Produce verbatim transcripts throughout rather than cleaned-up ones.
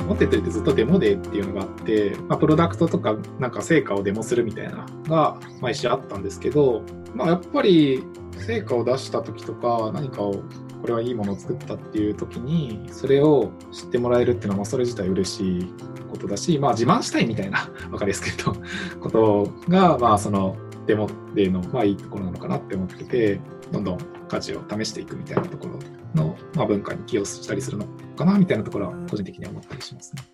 モテッドってずっとデモデーっていうのがあって、まあ、プロダクトとかなんか成果をデモするみたいなのが毎週あったんですけど、まあ、やっぱり成果を出した時とか何かをこれはいいものを作ったっていう時にそれを知ってもらえるっていうのはそれ自体嬉しいことだし、まあ、自慢したいみたいな分かりやすく言うとことが、まあ、そのデモデーのまあいいところなのかなって思ってて、どんどん価値を試していくみたいなところの、まあ、文化に寄与したりするのかなみたいなところは個人的には思ったりしますね。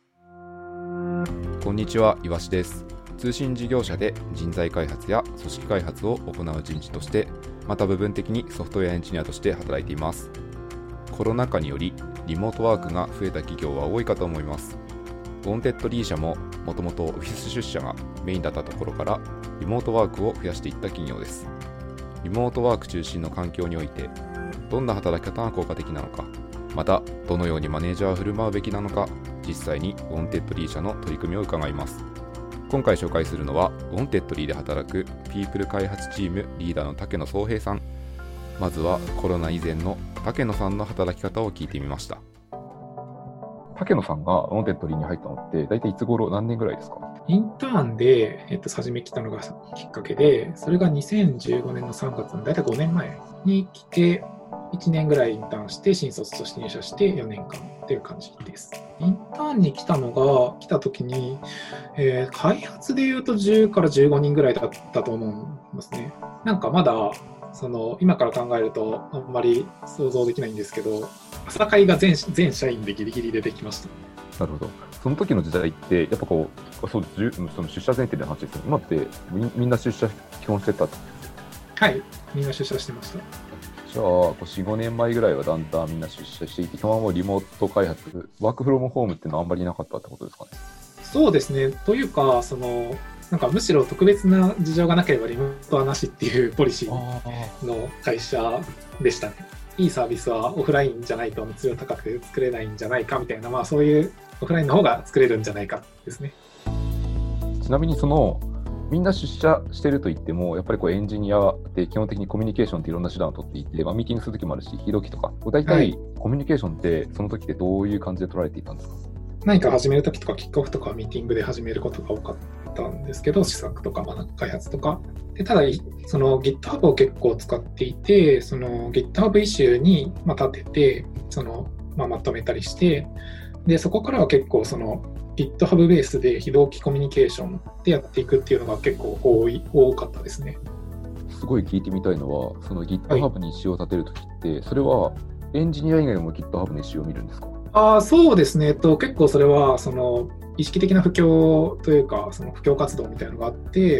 こんにちは、いわしです。通信事業者で人材開発や組織開発を行う人事として、また部分的にソフトウェアエンジニアとして働いています。コロナ禍によりリモートワークが増えた企業は多いかと思います。ウォンテッドリー社ももともとオフィス出社がメインだったところからリモートワークを増やしていった企業です。リモートワーク中心の環境においてどんな働き方が効果的なのか、またどのようにマネージャーを振る舞うべきなのか、実際にウォンテッドリー社の取り組みを伺います。今回紹介するのはウォンテッドリーで働くピープル開発チームリーダーの竹野壮平さん。まずはコロナ以前の竹野さんの働き方を聞いてみました。竹野さんがウォンテッドリーに入ったのって大体いつ頃、何年ぐらいですか？ インターンで、えっと、初め来たのがきっかけで、それがにせんじゅうごねんのさんがつの大体ごねんまえに来て、いちねんぐらいインターンして新卒として入社してよねんかんっていう感じです。インターンに来たのが来た時に、えー、開発でいうとじゅうからじゅうごにんぐらいだったと思いますね。なんかまだその今から考えるとあんまり想像できないんですけど、朝会が 全, 全社員でギリギリでできました。 なるほど。その時の時代ってやっぱこう、そうです、その出社前提での話ですよ。今ってみみんな出社基本してたって。 はい、みんな出社してました。 じゃあよん、ごねんまえぐらいはだんだんみんな出社していて、基本はもうリモート開発、ワークフロムホームっていうのはあんまりなかったってことですかね。 そうですね。というか、そのなんかむしろ特別な事情がなければリモートはなしっていうポリシーの会社でしたね。いいサービスはオフラインじゃないと熱量高く作れないんじゃないかみたいな、まあそういうオフラインの方が作れるんじゃないかですね。 ちなみにそのみんな出社してると言っても、やっぱりこうエンジニアって基本的にコミュニケーションっていろんな手段を取っていて、まあ、ミーティングするときもあるし、非同期とか、大体コミュニケーションってその時ってどういう感じで取られていたんですか？ 何か始めるときとかキックオフとかミーティングで始めることが多かったんですけど、施策とかまあ開発とかで、ただその GitHub を結構使っていて、その GitHub イシューにまあ立ててその、まあ、まとめたりして、でそこからは結構その GitHub ベースで非同期コミュニケーションでやっていくっていうのが結構多い多かったですね。 すごい聞いてみたいのは、その GitHub にイシューを立てるときって、はい、それはエンジニア以外も GitHub のイシューを見るんですか？ あ、そうですね、えっと、結構それはその意識的な布教というか、その布教活動みたいなのがあって、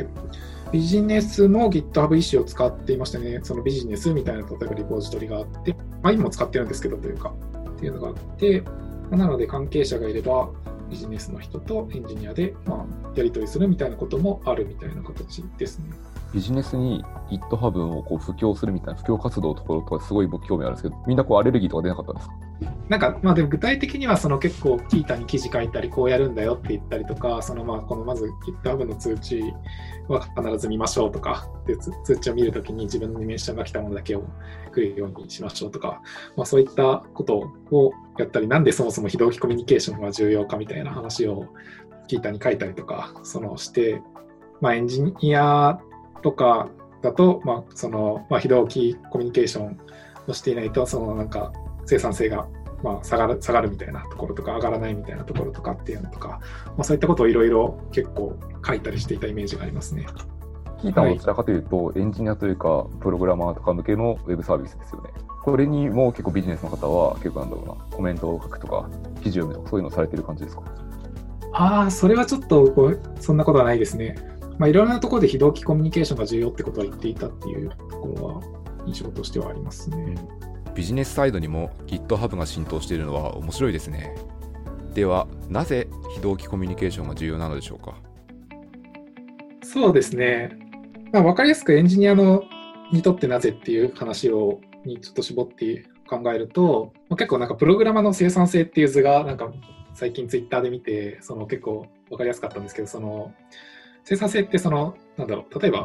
ビジネスも GitHub イシューを使っていましたね。そのビジネスみたいな例えばリポジトリがあって、まあ、今も使ってるんですけどというかっていうのがあって、なので関係者がいればビジネスの人とエンジニアでまあやり取りするみたいなこともあるみたいな形ですね。 ビジネスに GitHub をこう布教するみたいな布教活動のところとかすごい僕興味あるんですけど、みんなこうアレルギーとか出なかったんですか？ なんかまあでも具体的にはその結構キータに記事書いたりこうやるんだよって言ったりとか、そのまあこのまず GitHub の通知は必ず見ましょうとかで、通知を見るときに自分のメンションが来たものだけを来るようにしましょうとか、まあ、そういったことをやったり、なんでそもそも非同期コミュニケーションが重要かみたいな話をキータに書いたりとかそのして、まあ、エンジニアとかだと、まあそのまあ、非同期コミュニケーションをしていないとそのなんか生産性がまあ下がる、下がるみたいなところとか上がらないみたいなところとかっていうのとか、まあ、そういったことをいろいろ結構書いたりしていたイメージがありますね。 キータはどちらかというと、はい、エンジニアというかプログラマーとか向けのウェブサービスですよね。これにも結構ビジネスの方は結構なんだろうな、コメントを書くとか記事を読むとかそういうのをされてる感じですか？ ああ、それはちょっとこうそんなことはないですね。まあ、いろんなところで非同期コミュニケーションが重要ってことは言っていたっていうところは印象としてはありますね。 ビジネスサイドにも GitHub が浸透しているのは面白いですね。ではなぜ非同期コミュニケーションが重要なのでしょうか？ そうですね、まあ、分かりやすくエンジニアのにとってなぜっていう話をにちょっと絞って考えると、まあ、結構なんかプログラマーの生産性っていう図がなんか最近ツイッターで見てその結構分かりやすかったんですけど、その生産性ってそのなんだろう、例えば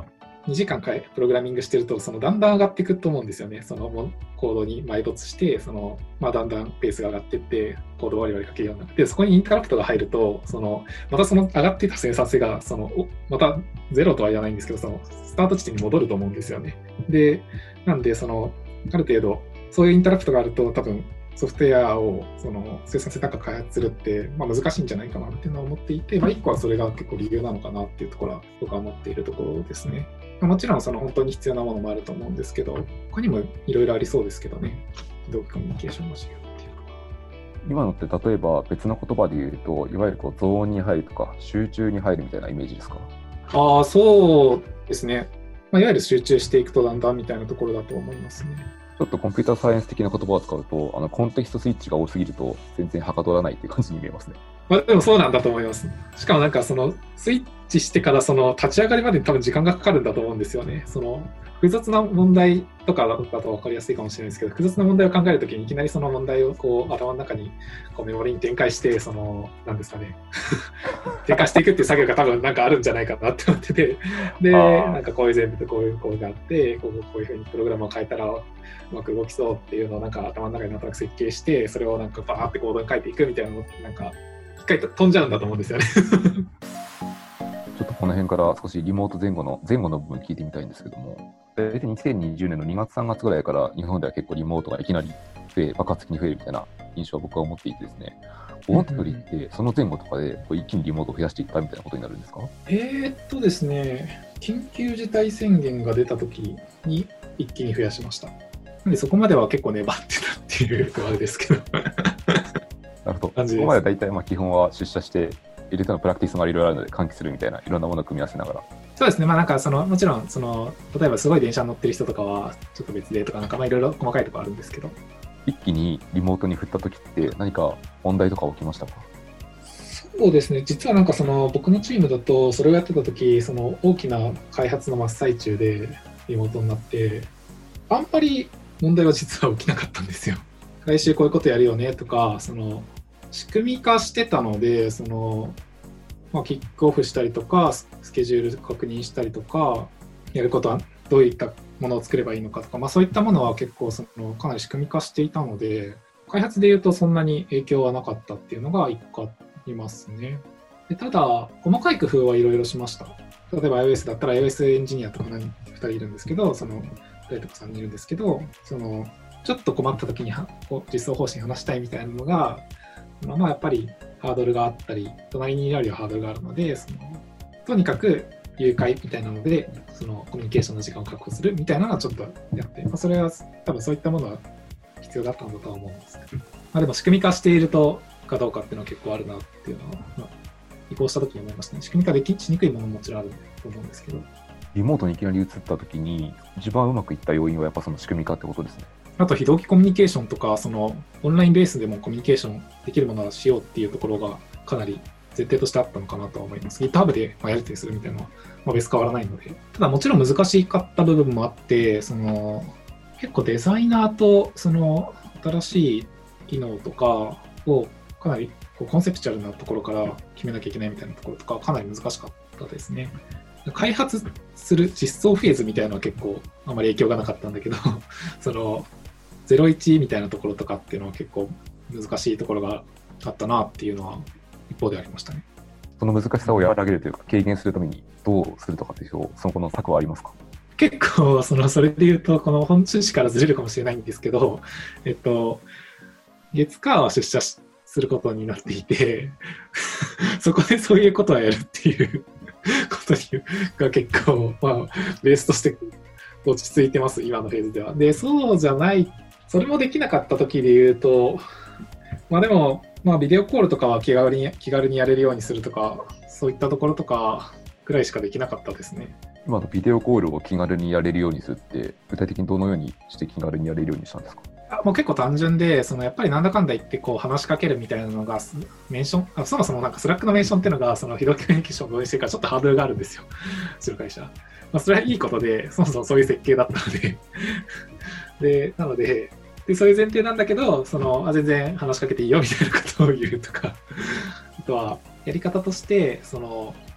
にじかんかいプログラミングしてると、そのだんだん上がっていくと思うんですよね。そのもコードに埋没して、そのまあ、だんだんペースが上がっていって、コードを割り割り書けるようになって、そこにインタラプトが入ると、そのまたその上がっていた生産性がそのまたゼロとは言わないんですけど、そのスタート地点に戻ると思うんですよね。で、なんでそのある程度そういうインタラプトがあると、多分ソフトウェアをその生産性高く開発するって、まあ、難しいんじゃないかなっていうのは思っていて、まあ、いっこはそれが結構理由なのかなっていうところは僕は思っているところですね。もちろんその本当に必要なものもあると思うんですけど、他にもいろいろありそうですけどね、同期コミュニケーションの授業っていうのは。 今のって例えば別の言葉で言うと、いわゆるこうゾーンに入るとか集中に入るみたいなイメージですか？ ああ、そうですね。まあ、いわゆる集中していくとだんだんみたいなところだと思いますね。 ちょっとコンピューターサイエンス的な言葉を使うと、あのコンテキストスイッチが多すぎると全然はかどらないっていう感じに見えますね。 まあ、でもそうなんだと思います。しかもなんかそのスイッチしてからその立ち上がりまでに多分時間がかかるんだと思うんですよね。その複雑な問題とかだと分かりやすいかもしれないですけど、複雑な問題を考えるときにいきなりその問題をこう頭の中にこうメモリに展開して、そのなんですかね展開していくっていう作業が多分なんかあるんじゃないかなって思ってて、でなんかこういう全部とこういうこうがあって、こうこういうふうにプログラムを書いたらうまく動きそうっていうのをなんか頭の中になんとなく設計して、それをなんかバーってコードに書いていくみたいなのってなんか一回飛んじゃうんだと思うんですよねちょっとこの辺から少しリモート前後の前後の部分聞いてみたいんですけども、大体にせんにじゅうねんのにがつさんがつぐらいから日本では結構リモートがいきなり増え爆発的に増えるみたいな印象を僕は持っていてですね、思ったよりってその前後とかでこう一気にリモートを増やしていったみたいなことになるんですか？ えーっとですね、緊急事態宣言が出た時に一気に増やしました。なんでそこまでは結構粘ってたっていうあれですけどなるほど。そこまで大体まあ基本は出社して入れてのプラクティスもいろいろあるので喚起するみたいないろんなものを組み合わせながら。 そうですね、まあなんかそのもちろんその例えばすごい電車に乗ってる人とかはちょっと別でとかなんかまあいろいろ細かいところあるんですけど、 一気にリモートに振った時って何か問題とか起きましたか？ そうですね、実はなんかその僕のチームだとそれをやってた時、その大きな開発の真っ最中でリモートになって、あんまり問題は実は起きなかったんですよ。来週こういうことやるよねとか、その仕組み化してたので、そのまあ、キックオフしたりとかスケジュール確認したりとか、やることはどういったものを作ればいいのかとか、まあ、そういったものは結構そのかなり仕組み化していたので、開発でいうとそんなに影響はなかったっていうのがいっこありますね。でただ細かい工夫はいろいろしました。例えば iOS だったら iOS エンジニアとかふたりいるんですけど、そのふたりとかさんにんいるんですけど、そのちょっと困った時に実装方針話したいみたいなのが、まあ、やっぱりハードルがあったり、隣にいるよりはハードルがあるので、そのとにかく誘拐みたいなので、そのコミュニケーションの時間を確保するみたいなのはちょっとやって、まあ、それは多分そういったものは必要だったんだとは思うんですけど、まあ、でも仕組み化しているとかどうかっていうのは結構あるなっていうのは、まあ、移行した時に思いましたね。仕組み化できしにくいものももちろんあると思うんですけど。 リモートにいきなり移った時に一番うまくいった要因はやっぱその仕組み化ってことですね。 あと非同期コミュニケーションとか、そのオンラインベースでもコミュニケーションできるものはしようっていうところがかなり前提としてあったのかなとは思います。GitHub でやり取りするみたいなのは、まあ、別変わらないので。ただもちろん難しかった部分もあって、その結構デザイナーとその新しい機能とかをかなりこうコンセプチュアルなところから決めなきゃいけないみたいなところとかかなり難しかったですね。開発する実装フェーズみたいなのは結構あまり影響がなかったんだけどそのゼロイチみたいなところとかっていうのは結構難しいところがあったなっていうのは一方でありましたね。 その難しさを和らげるというか軽減するためにどうするとかっていうその後の策はありますか？ 結構そのそれで言うとこの本趣旨からずれるかもしれないんですけど、えっと月火は出社することになっていてそこでそういうことはやるっていうことが結構、まあ、ベースとして落ち着いてます今のフェーズでは。でそうじゃないそれもできなかった時で言うと、まあでも、まあ、ビデオコールとかは気軽に気軽にやれるようにするとか、そういったところとかくらいしかできなかったですね。 今のビデオコールを気軽にやれるようにするって具体的にどのようにして気軽にやれるようにしたんですか？ あもう結構単純で、そのやっぱりなんだかんだ言ってこう話しかけるみたいなのがメンションあそもそもなんかスラックのメンションっていうのがその非同期コミュニケーションを運営してるからちょっとハードルがあるんですようちの会社。まあ、それはいいことで、そもそもそういう設計だったのででなのででそういう前提なんだけど、そのあ全然話しかけていいよみたいなことを言うとかあとはやり方としてその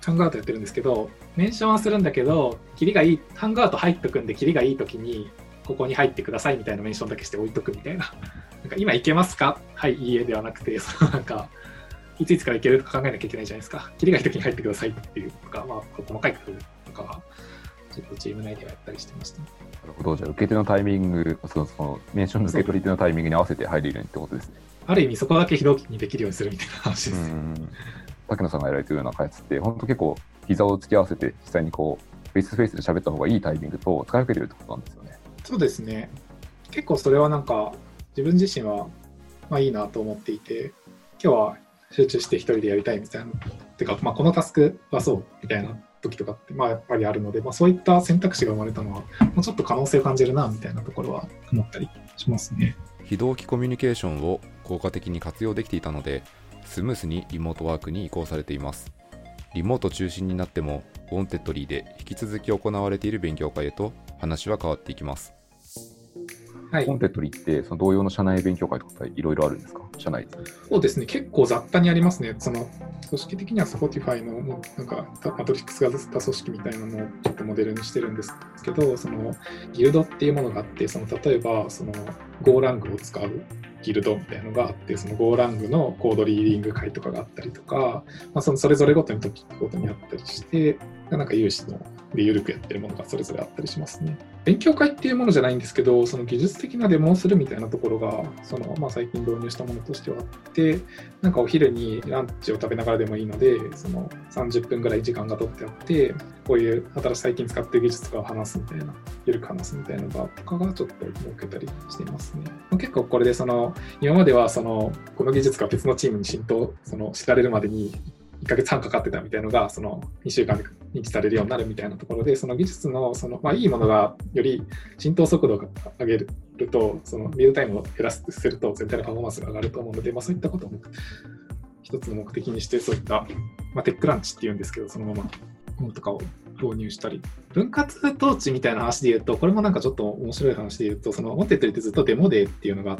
ハングアウトやってるんですけど、メンションはするんだけど、キリがいい、ハングアウト入っとくんで、キリがいいときに、ここに入ってくださいみたいなメンションだけして置いとくみたいな。なんか今行けますか？はい、いいえではなくて、そのなんか、いついつから行けるとか考えなきゃいけないじゃないですか。キリがいいときに入ってくださいっていうとか、まあ、細かい工夫とか、ちょっとチーム内ではやったりしてました。 なるほど。じゃあ、受け手のタイミング、そのそのメンションの受け取り手のタイミングに合わせて入れるってことですね。 ある意味、そこだけ非同期にできるようにするみたいな話です。うん竹野さんがやられているような開発って、本当結構、膝を突き合わせて、実際にこう、フェイスフェイスで喋った方がいいタイミングと使い分けてるってことなんですよね。 そうですね。結構それはなんか、自分自身は、まあいいなと思っていて、今日は集中して一人でやりたいみたいな、てか、まあこのタスクはそうみたいな時とかって、まあやっぱりあるので、まあそういった選択肢が生まれたのは、もうちょっと可能性を感じるな、みたいなところは思ったりしますね。 非同期コミュニケーションを効果的に活用できていたので、スムースにリモートワークに移行されています。リモート中心になっても、ウォンテッドリーで引き続き行われている勉強会へと話は変わっていきます。 はい、 ウォンテッドリーって、その同様の社内勉強会とかいろいろあるんですか？社内で。 そうですね、結構雑多にありますね。その組織的には Spotify のなんかマトリックスが出た組織みたいなのをちょっとモデルにしてるんですけど、そのギルドっていうものがあって、その例えばその Go ラングを使うギルドみたいなのがあって、その Go ラングのコードリーディング会とかがあったりとか、まあ、そのそれぞれごとにトピックごとにあったりして、なんか有志ので緩くやってるものがそれぞれあったりしますね。勉強会っていうものじゃないんですけど、その技術的なデモをするみたいなところが、そのまあ、最近導入したものとしてはあって、なんかお昼にランチを食べながらでもいいので、そのさんじゅっぷんぐらい時間が取ってあって、こういう新しい最近使っている技術とかを話すみたいな、緩く話すみたいな場とかがちょっと設けたりしていますね。結構これでその今まではそのこの技術が別のチームに浸透、その知られるまでにいっかげつはんかかってたみたいなのが、そのにしゅうかんで認知されるようになるみたいなところで、その技術のその、まあ、いいものがより浸透速度を上げると、そのリールタイムを減らすと全体のパフォーマンスが上がると思うので、まあ、そういったことも一つの目的にして、そういった、まあ、テックランチっていうんですけど、そのままものとかを導入したり、分割統治みたいな話で言うと、これもなんかちょっと面白い話で言うと、そのウォンテッドリーってずっとデモデーっていうのがあって、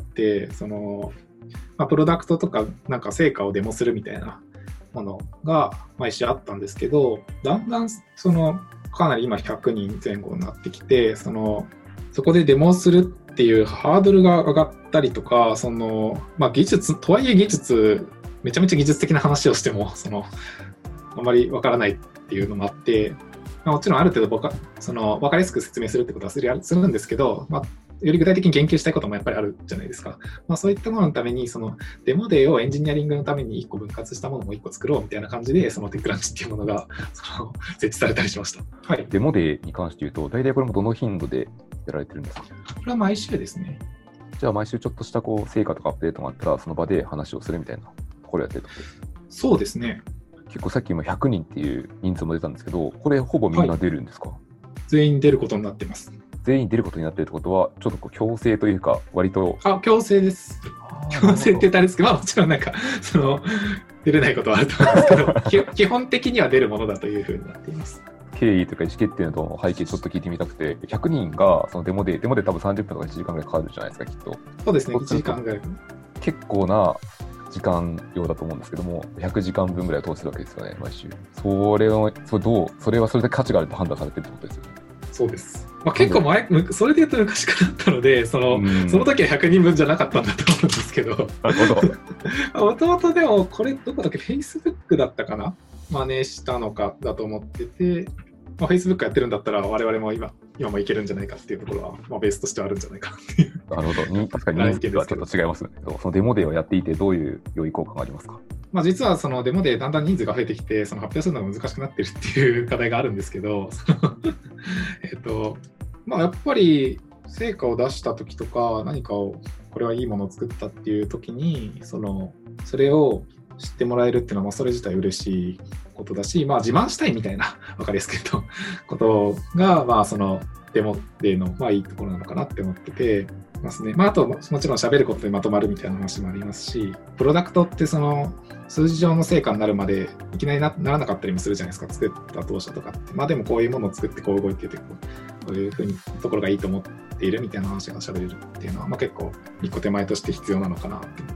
その、まあ、プロダクトとかなんか成果をデモするみたいなものが毎週あったんですけど、だんだんそのかなり今ひゃくにんぜん後になってきて、そのそこでデモするっていうハードルが上がったりとか、そのまあ技術とはいえ技術めちゃめちゃ技術的な話をしてもそのあまりわからないっていうのもあって、まあ、もちろんある程度僕はその分かりやすく説明するってことはするするんですけど、まあより具体的に言及したいこともやっぱりあるじゃないですか。まあ、そういったもののために、そのデモデーをエンジニアリングのためにいっこ分割したものをいっこ作ろうみたいな感じで、そのテックランチっていうものがその設置されたりしました。はい。 デモデーに関して言うと、大体これもどの頻度でやられてるんですか？これは毎週ですね。 じゃあ毎週ちょっとしたこう成果とかアップデートがあったら、その場で話をするみたいなところやってると。 そうですね。 結構さっき今ひゃくにんっていう人数も出たんですけど、これほぼみんな出るんですか？はい、 全員出ることになってます。 全員出ることになっているってことは、ちょっとこう強制というか、割と。 あ、強制です。強制って言ったらですけど、まあもちろんなんか、その、出れないことはあると思うんですけど、基本的には出るものだというふうになっています。 経緯というか意思決定の背景ちょっと聞いてみたくて、ひゃくにんがそのデモで、デモで多分さんじゅっぷんとかいちじかんぐらいかかるじゃないですか、きっと。 そうですね、いちじかんぐらい。 結構な時間用だと思うんですけども、ひゃくじかんぶんぐらい通してるわけですよね、毎週。それを、それどう、それはそれで価値があると判断されてるってことですよね。 そうです。まあ、結構前、それで言うと昔からあったので、その、その時はひゃくにんぶんじゃなかったんだと思うんですけど、もともとでも、これどこだっけ、Facebook だったかな真似したのかだと思ってて、まあ、Facebook やってるんだったら我々も今、今もいけるんじゃないかっていうところは、まあ、ベースとしてはあるんじゃないかっていう。 なるほど。確かに人数はちょっと違いますね。そのデモデーをやっていてどういう良い効果がありますか？ まあ、実はそのデモでだんだん人数が増えてきて、その発表するのが難しくなってるっていう課題があるんですけど、えっと、まあ、やっぱり成果を出した時とか、何かをこれはいいものを作ったっていう時に、そのそれを知ってもらえるっていうのは、まあ、それ自体嬉しいことだし、まあ、自慢したいみたいな分かりやすく言うとことが、まあ、そのデモでの、まあ、いいところなのかなって思っててますね。まあ、あともちろん喋ることでまとまるみたいな話もありますし、プロダクトってその数字上の成果になるまでいきなり な, ならなかったりもするじゃないですか、作った当初とかって。まあでもこういうものを作ってこう動いてて、こういうふうにところがいいと思っているみたいな話が喋れるっていうのは、まあ、結構一個手前として必要なのかなって思ったり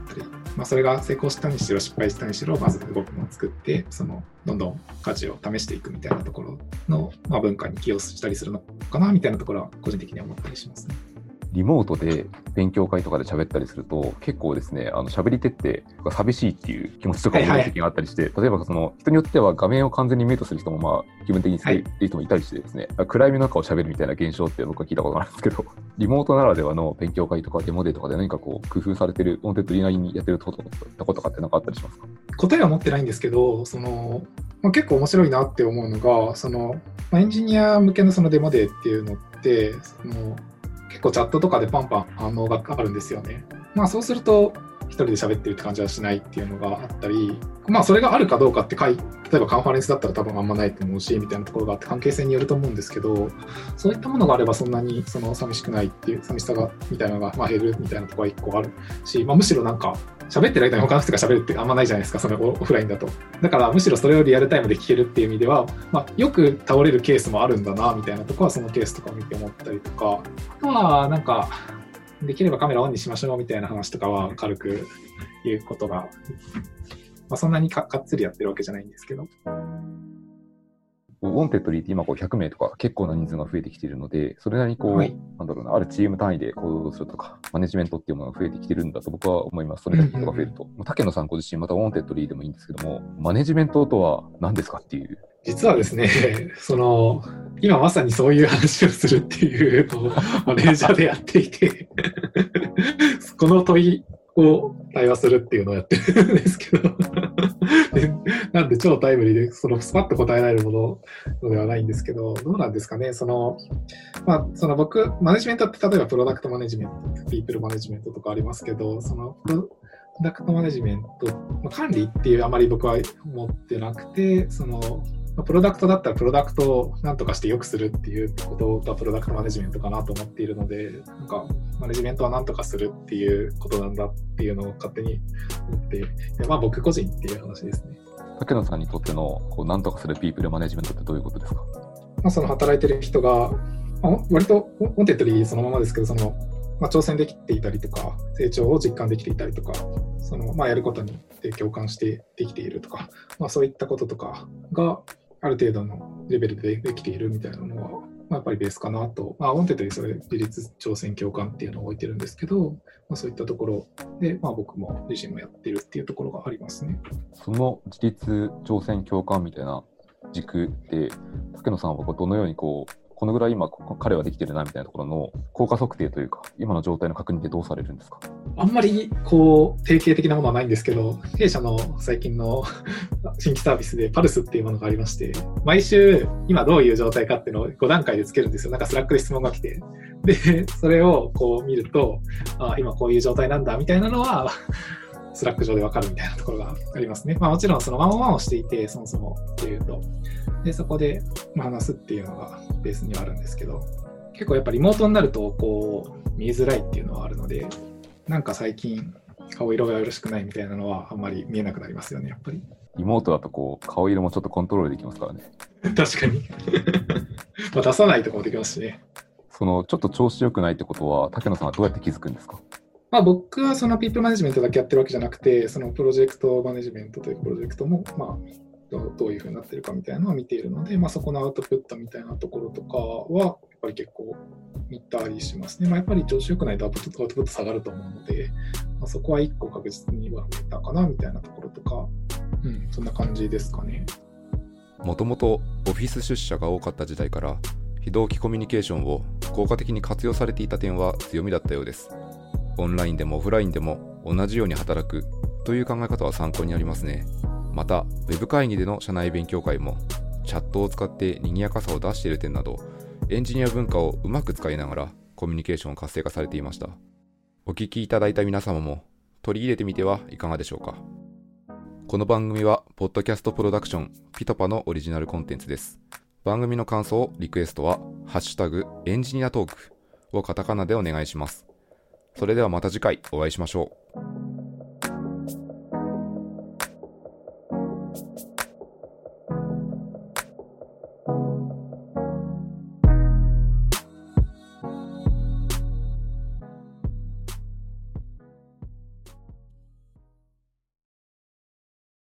まあ、それが成功したにしろ失敗したにしろまず僕も作ってそのどんどん価値を試していくみたいなところの、まあ、文化に寄与したりするのかなみたいなところは個人的には思ったりしますね。 リモートで勉強会とかで喋ったりすると結構ですね、あの喋り手って寂しいっていう気持ちとかも出る時があったりして、はいはい、例えばその人によっては画面を完全にミュートする人もまあ気分的にしている人もいたりしてですね、はい、暗闇の中を喋るみたいな現象って僕は聞いたことがあるんですけど、リモートならではの勉強会とかデモデーとかで何かこう工夫されてる、オンテッドリーなりにやってることとかって何かあったりしますか？ 答えは持ってないんですけど、そのまあ、結構面白いなって思うのが、そのまあ、エンジニア向けのそのデモデーっていうのってその結構チャットとかでパンパン反応があるんですよね。まあそうすると一人で喋ってるって感じはしないっていうのがあったり、まあそれがあるかどうかって例えばカンファレンスだったら多分あんまないと思うしみたいなところがあって関係性によると思うんですけど、そういったものがあればそんなにその寂しくないっていう寂しさがみたいなのがまあ減るみたいなところは一個あるし、まあ、むしろなんか喋ってる間に他の人が喋るってあんまないじゃないですか、そのオフラインだと。だからむしろそれをリアルタイムで聞けるっていう意味では、まあ、よく倒れるケースもあるんだなみたいなところはそのケースとかを見て思ったりとか、あとはなんかできればカメラオンにしましょうみたいな話とかは軽く言うことが、まあ、そんなにかっつりやってるわけじゃないんですけど。 ウォンテッドリーって今こうひゃくめいとか結構な人数が増えてきているので、それなりにこう、はい、なんだろうな、あるチーム単位で行動するとか、マネジメントっていうものが増えてきてるんだと僕は思います。それだけ人が増えると。うんうん、竹野さんご自身、またウォンテッドリーでもいいんですけども、マネジメントとは何ですかっていう。 実はですね、その、今まさにそういう話をするっていうのをマネージャーでやっていて、この問いを対話するっていうのをやってるんですけどで、なんで超タイムリーでそのスパッと答えられるものではないんですけど、どうなんですかね。その、まあ、その僕マネジメントって例えばプロダクトマネジメント、ピープルマネジメントとかありますけど、そのプロダクトマネジメント、まあ、管理っていうあまり僕は思ってなくて、そのプロダクトだったらプロダクトを何とかして良くするっていうことがプロダクトマネジメントかなと思っているので、なんかマネジメントは何とかするっていうことなんだっていうのを勝手に思って、でまあ僕個人っていう話ですね。 竹野さんにとってのこう何とかするピープルマネジメントってどういうことですか？ まあ、その働いてる人が、まあ、割とオンテッドリーそのままですけど、そのまあ、挑戦できていたりとか成長を実感できていたりとか、そのまあやることに共感してできているとか、まあ、そういったこととかがある程度のレベルでできているみたいなのは、まあ、やっぱりベースかなと、まあ、オンテッドにそれ自立挑戦共感っていうのを置いてるんですけど、まあ、そういったところで、まあ、僕も自身もやっているっていうところがありますね。 その自立挑戦共感みたいな軸で竹野さんはどのようにこうこのぐらい今彼はできてるなみたいなところの効果測定というか今の状態の確認ってどうされるんですか？ あんまりこう定型的なものはないんですけど、弊社の最近の新規サービスでパルスっていうものがありまして、毎週今どういう状態かっていうのをご段階でつけるんですよ。なんかスラックで質問が来て、でそれをこう見ると、あ今こういう状態なんだみたいなのはスラック上で分かるみたいなところがありますね。まあ、もちろんそのワンオンワンをしていて、そもそもというと、でそこで話すっていうのがベースにはあるんですけど、結構やっぱりリモートになるとこう見えづらいっていうのはあるので、なんか最近顔色がよろしくないみたいなのはあんまり見えなくなりますよね、やっぱり。 リモートだとこう顔色もちょっとコントロールできますからね。 確かにまあ出さないとかもできますしね。 そのちょっと調子良くないってことは竹野さんはどうやって気づくんですか？ まあ、僕はそのピープルマネジメントだけやってるわけじゃなくて、そのプロジェクトマネジメントというプロジェクトも、まあ、どう、どういうふうになってるかみたいなのを見ているので、まあ、そこのアウトプットみたいなところとかは、やっぱり結構見たりしますね。まあ、やっぱり調子良くないとアウトプット、アウトプット下がると思うので、まあ、そこは一個確実には見たかなみたいなところとか、うん、そんな感じですかね。 もともとオフィス出社が多かった時代から、非同期コミュニケーションを効果的に活用されていた点は強みだったようです。オンラインでもオフラインでも同じように働くという考え方は参考になりますね。また、ウェブ会議での社内勉強会もチャットを使って賑やかさを出している点など、エンジニア文化をうまく使いながらコミュニケーションを活性化されていました。お聞きいただいた皆様も取り入れてみてはいかがでしょうか。この番組はポッドキャストプロダクションピトパのオリジナルコンテンツです。番組の感想、リクエストはハッシュタグエンジニアトークをカタカナでお願いします。それではまた次回お会いしましょう。